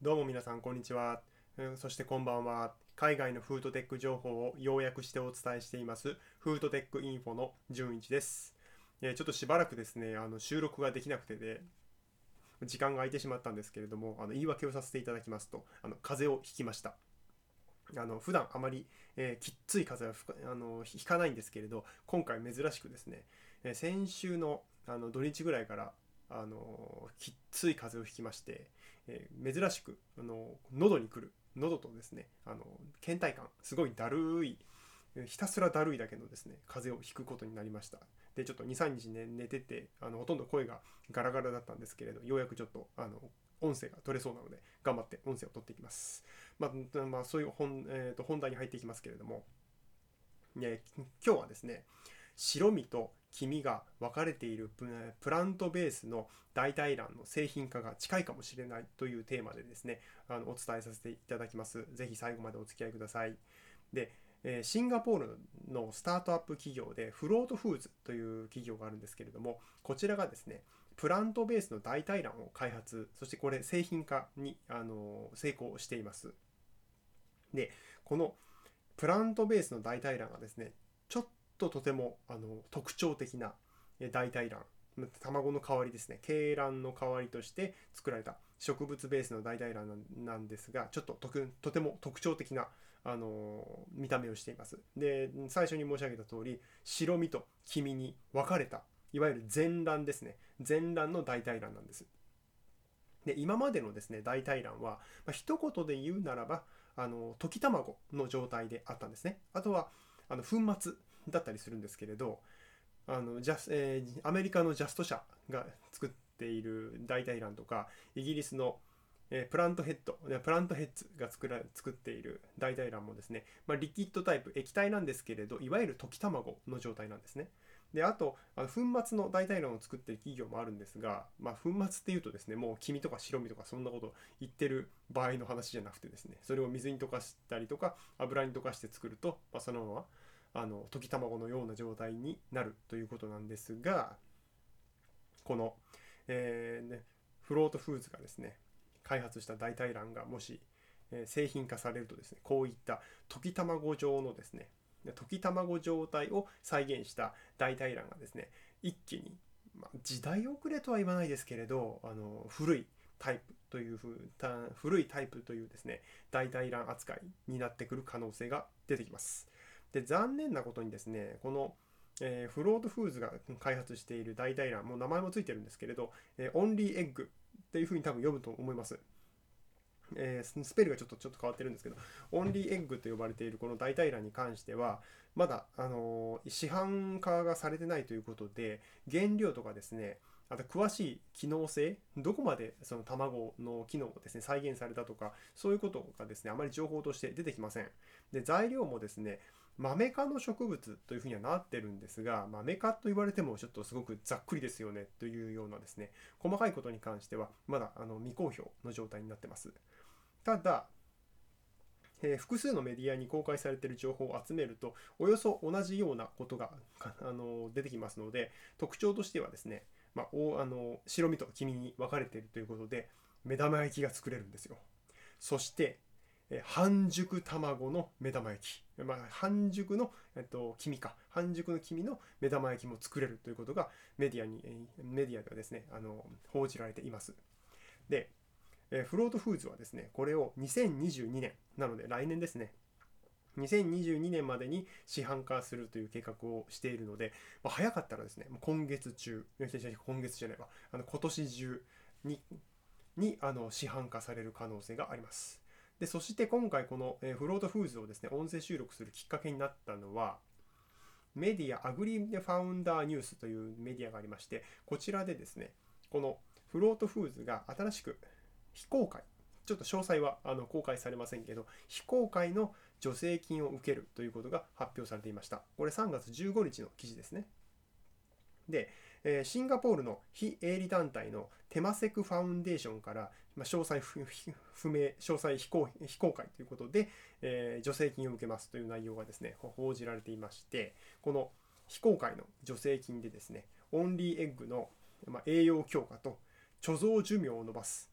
どうも皆さんこんにちは。そしてこんばんは。海外のフードテック情報を要約してお伝えしていますフードテックインフォの順一です。ちょっとしばらくですね、収録ができなくて時間が空いてしまったんですけれども、言い訳をさせていただきますと、風邪をひきました。普段あまり、きっつい風邪はひかないんですけれど、今回珍しくですね、先週の土日ぐらいからきっつい風邪をひきまして、珍しく喉に来る喉とですね倦怠感、すごいだるい、ひたすらだるいだけのですね風邪をひくことになりました。でちょっと2、3日、ね、寝ててほとんど声がガラガラだったんですけれど、ようやくちょっと音声が取れそうなので頑張って音声を取っていきます。そういう本題に入っていきますけれども、今日はですね、白身と黄身が分かれているプラントベースの代替卵の製品化が近いかもしれないというテーマでですね、お伝えさせていただきます。ぜひ最後までお付き合いください。で、シンガポールのスタートアップ企業でフロートフーズという企業があるんですけれども、こちらがですね、プラントベースの代替卵を開発、そしてこれ製品化に成功しています。で、このプラントベースの代替卵がですね、ちょっととても特徴的な代替卵、卵の代わりですね、鶏卵の代わりとして作られた植物ベースの代替卵なんですが、ちょっととても特徴的な見た目をしています。で、最初に申し上げた通り、白身と黄身に分かれた、いわゆる全卵ですね。全卵の代替卵なんです。で、今までのですね、代替卵は、一言で言うならば、溶き卵の状態であったんですね。あとは、粉末だったりするんですけれど、アメリカのジャスト社が作っている代替卵とか、イギリスのプラントヘッズが作っている代替卵もですね、リキッドタイプ、液体なんですけれど、いわゆる溶き卵の状態なんですね。で、あと、粉末の代替卵を作っている企業もあるんですが、粉末っていうとですね、もう黄身とか白身とかそんなこと言ってる場合の話じゃなくてですね、それを水に溶かしたりとか、油に溶かして作ると、そのまま溶き卵のような状態になるということなんですが、この、フロートフーズがですね開発した代替卵がもし、製品化されるとですね、こういった溶き卵状のですね溶き卵状態を再現した代替卵がですね一気に、時代遅れとは言わないですけれど古いタイプという古いタイプというですね代替卵扱いになってくる可能性が出てきます。で、残念なことにですね、このフロートフーズが開発している代替卵、もう名前もついてるんですけれど、オンリーエッグっていうふうに多分読むと思います。スペルがちょっと変わってるんですけど、オンリーエッグと呼ばれているこの代替卵に関しては、まだ、市販化がされてないということで、原料とかですね、あと詳しい機能性、どこまでその卵の機能をですね再現されたとか、そういうことがですねあまり情報として出てきません。で、材料もですね、マメ科の植物というふうにはなってるんですが、マメ科と言われてもちょっとすごくざっくりですよねというようなですね細かいことに関してはまだ未公表の状態になってます。ただ、複数のメディアに公開されている情報を集めるとおよそ同じようなことが出てきますので、特徴としてはですね、白身と黄身に分かれているということで目玉焼きが作れるんですよ。そして半熟卵の目玉焼き、半熟の、半熟の黄身の目玉焼きも作れるということがメディアではですね報じられています。で、フロートフーズはですねこれを2022年なので来年ですね、2022年までに市販化するという計画をしているので、早かったらですね、今月中、今月じゃないわ、今年中に市販化される可能性があります。で、そして今回このフロートフーズをですね、音声収録するきっかけになったのは、メディアアグリファウンダーニュースというメディアがありまして、こちらでですね、このフロートフーズが新しく非公開、ちょっと詳細は公開されませんけど、非公開の助成金を受けるということが発表されていました。これ3月15日の記事ですね。で、シンガポールの非営利団体のテマセクファウンデーションから、詳細不明、詳細非公開ということで、助成金を受けますという内容がですね、報じられていまして、この非公開の助成金でですね、オンリーエッグの栄養強化と貯蔵寿命を伸ばす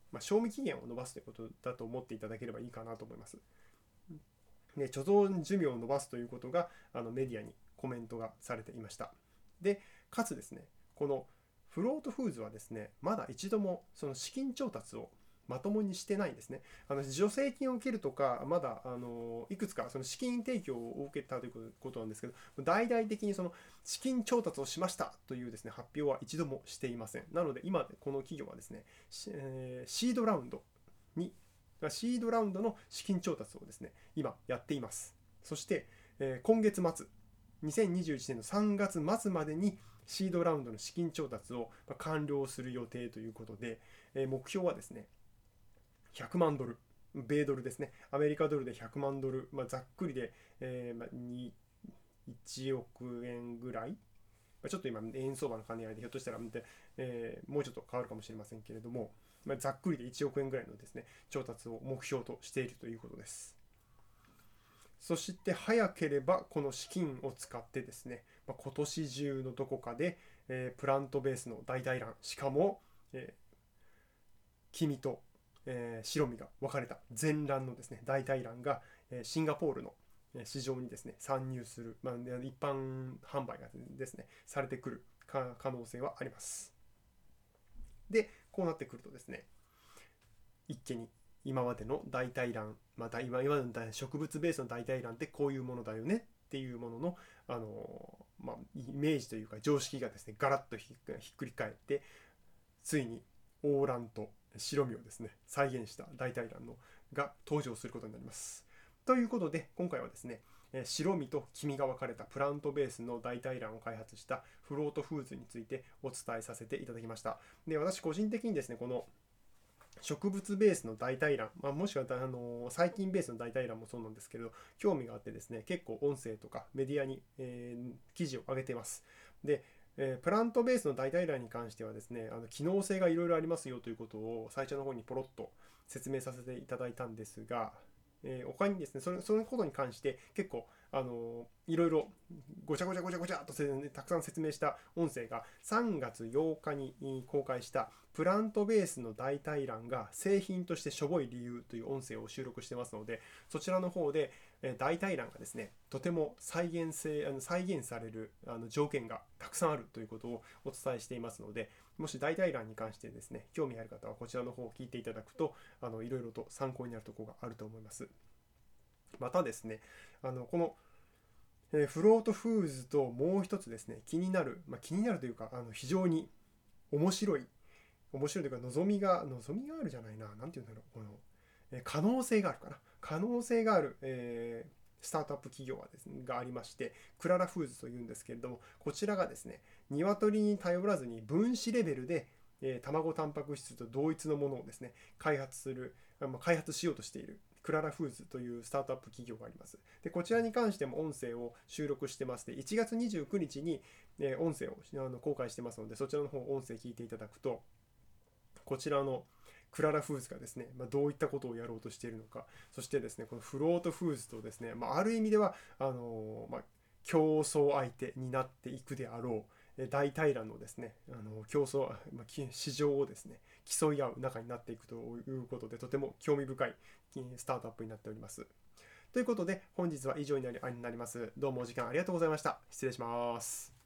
賞味期限を延ばすということだと思っていただければいいかなと思います。で、貯蔵寿命を延ばすということがメディアにコメントがされていました。で、かつですね、このフロートフーズはですね、まだ一度もその資金調達をまともにしてないんですね。助成金を受けるとか、まだいくつかその資金提供を受けたということなんですけど、大々的にその資金調達をしましたというですね、発表は一度もしていません。なので、今この企業はですね、シードラウンドの資金調達をですね、今やっています。そして、今月末、2021年の3月末までにシードラウンドの資金調達を完了する予定ということで、目標はですね、100万ドル、米ドルですね、アメリカドルで100万ドル、ざっくりで、1億円ぐらい、ちょっと今、円相場の兼ね合いでひょっとしたら、もうちょっと変わるかもしれませんけれども、ざっくりで1億円ぐらいのですね、調達を目標としているということです。そして早ければこの資金を使ってですね、今年中のどこかで、プラントベースの大対卵、しかも、黄身と、白身が分かれた全卵のですね、大対卵が、シンガポールの市場にですね、参入する、一般販売がですね、されてくる可能性はあります。で、こうなってくるとですね、一気に今までの代替卵、今までの植物ベースの代替卵ってこういうものだよねっていうものの、イメージというか常識がですね、ガラッとひっくり返って、ついに黄卵と白身をですね、再現した代替卵が登場することになります。ということで、今回はですね、白身と黄身が分かれたプラントベースの代替卵を開発したフロートフーズについてお伝えさせていただきました。で、私個人的にですね、この植物ベースの代替卵、もしくは細菌ベースの代替卵もそうなんですけど、興味があってですね、結構音声とかメディアに、記事を上げています。で、プラントベースの代替卵に関してはですね、機能性がいろいろありますよということを最初の方にポロッと説明させていただいたんですが、他にですね、そのことに関して結構いろいろごちゃごちゃとたくさん説明した音声が3月8日に公開したプラントベースの代替卵が製品としてしょぼい理由という音声を収録してますので、そちらの方で代替卵がですね、とても再現される条件がたくさんあるということをお伝えしていますので、もし代替卵に関してですね、興味ある方はこちらの方を聞いていただくといろいろと参考になるところがあると思います。またですね、このフロートフーズともう一つですね、気になるというか非常に面白いというか望みがあるじゃないな、なんていうんだろう、この可能性がある、スタートアップ企業がありまして、クララフーズというんですけれども、こちらがですね、鶏に頼らずに分子レベルで、卵タンパク質と同一のものをですね、開発しようとしているクララフーズというスタートアップ企業があります。で、こちらに関しても音声を収録してまして、1月29日に音声を公開してますので、そちらの方音声聞いていただくと、こちらのクララフーズがですね、どういったことをやろうとしているのか、そしてですね、このフロートフーズとですね、ある意味では競争相手になっていくであろう代替卵のですね、市場をですね、競い合う中になっていくということで、とても興味深いスタートアップになっております。ということで、本日は以上になります。どうもお時間ありがとうございました。失礼します。